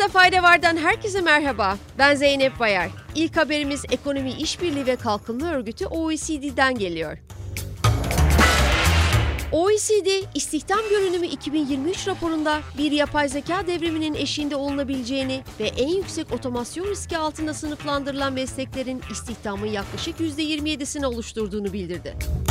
Bilmenizde fayda vardan herkese merhaba. Ben Zeynep Bayar. İlk haberimiz Ekonomi İşbirliği ve Kalkınma Örgütü OECD'den geliyor. OECD, İstihdam Görünümü 2023 raporunda bir yapay zeka devriminin eşiğinde olunabileceğini ve en yüksek otomasyon riski altında sınıflandırılan mesleklerin istihdamın yaklaşık %27'sini oluşturduğunu bildirdi.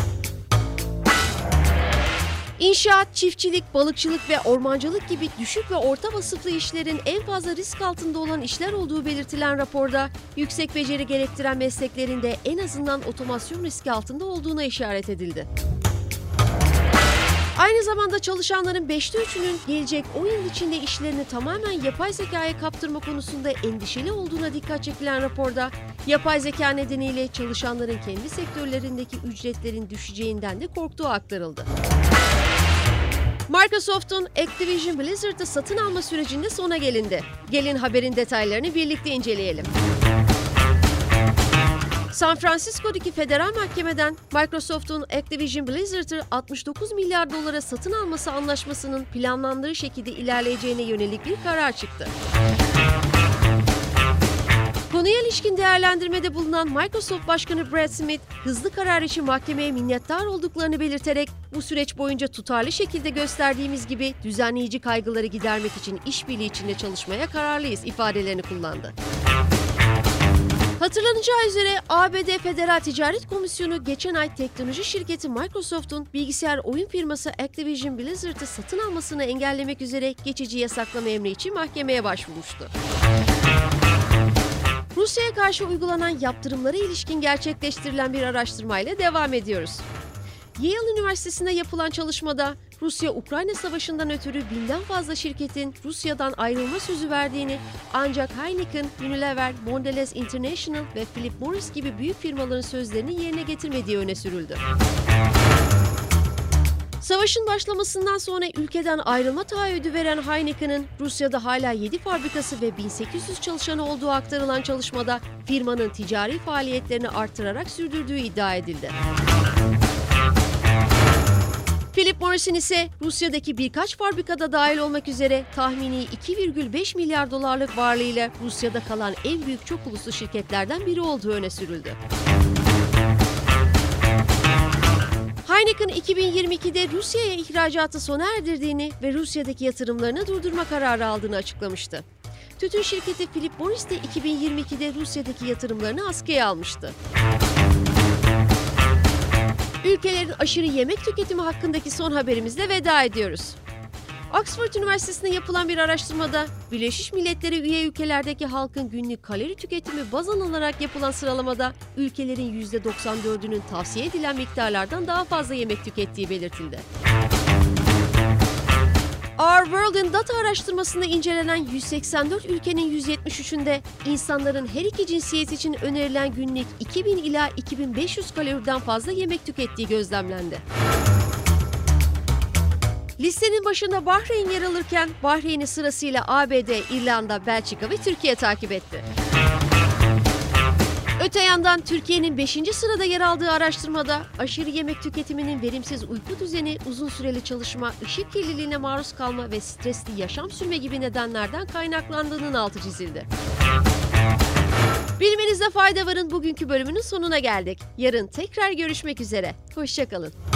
İnşaat, çiftçilik, balıkçılık ve ormancılık gibi düşük ve orta vasıflı işlerin en fazla risk altında olan işler olduğu belirtilen raporda, yüksek beceri gerektiren mesleklerin de en azından otomasyon riski altında olduğuna işaret edildi. Aynı zamanda çalışanların 5'te 3'ünün gelecek 10 yıl içinde işlerini tamamen yapay zekaya kaptırma konusunda endişeli olduğuna dikkat çekilen raporda, yapay zeka nedeniyle çalışanların kendi sektörlerindeki ücretlerin düşeceğinden de korktuğu aktarıldı. Microsoft'un Activision Blizzard'ı satın alma sürecinde sona gelindi. Gelin haberin detaylarını birlikte inceleyelim. San Francisco'daki federal mahkemeden Microsoft'un Activision Blizzard'ı 69 milyar dolara satın alması anlaşmasının planlandığı şekilde ilerleyeceğine yönelik bir karar çıktı. Konuya ilişkin değerlendirmede bulunan Microsoft Başkanı Brad Smith, hızlı karar için mahkemeye minnettar olduklarını belirterek, bu süreç boyunca tutarlı şekilde gösterdiğimiz gibi düzenleyici kaygıları gidermek için işbirliği içinde çalışmaya kararlıyız ifadelerini kullandı. Hatırlanacağı üzere ABD Federal Ticaret Komisyonu geçen ay teknoloji şirketi Microsoft'un bilgisayar oyun firması Activision Blizzard'ı satın almasını engellemek üzere geçici yasaklama emri için mahkemeye başvurmuştu. Rusya'ya karşı uygulanan yaptırımlara ilişkin gerçekleştirilen bir araştırmayla devam ediyoruz. Yale Üniversitesi'nde yapılan çalışmada Rusya-Ukrayna Savaşı'ndan ötürü 1000'den fazla şirketin Rusya'dan ayrılma sözü verdiğini, ancak Heineken, Unilever, Mondelez International ve Philip Morris gibi büyük firmaların sözlerini yerine getirmediği öne sürüldü. Savaşın başlamasından sonra ülkeden ayrılma taahhüdü veren Heineken'ın Rusya'da hala 7 fabrikası ve 1800 çalışanı olduğu aktarılan çalışmada firmanın ticari faaliyetlerini artırarak sürdürdüğü iddia edildi. Philip Morris'in ise Rusya'daki birkaç fabrikada dahil olmak üzere tahmini 2,5 milyar dolarlık varlığıyla Rusya'da kalan en büyük çok uluslu şirketlerden biri olduğu öne sürüldü. Heineken 2022'de Rusya'ya ihracatı sona erdirdiğini ve Rusya'daki yatırımlarını durdurma kararı aldığını açıklamıştı. Tütün şirketi Philip Morris de 2022'de Rusya'daki yatırımlarını askıya almıştı. Ülkelerin aşırı yemek tüketimi hakkındaki son haberimizle veda ediyoruz. Oxford Üniversitesi'nde yapılan bir araştırmada, Birleşmiş Milletler'e üye ülkelerdeki halkın günlük kalori tüketimi baz alınarak yapılan sıralamada ülkelerin %94'ünün tavsiye edilen miktarlardan daha fazla yemek tükettiği belirtildi. Our World'in data araştırmasında incelenen 184 ülkenin 173'ünde insanların her iki cinsiyet için önerilen günlük 2000 ila 2500 kaloriden fazla yemek tükettiği gözlemlendi. Listenin başında Bahreyn yer alırken Bahreyn'i sırasıyla ABD, İrlanda, Belçika ve Türkiye takip etti. Öte yandan Türkiye'nin 5. sırada yer aldığı araştırmada aşırı yemek tüketiminin verimsiz uyku düzeni, uzun süreli çalışma, ışık kirliliğine maruz kalma ve stresli yaşam sürme gibi nedenlerden kaynaklandığının altı çizildi. Bilmenizde fayda varın bugünkü bölümünün sonuna geldik. Yarın tekrar görüşmek üzere. Hoşça kalın.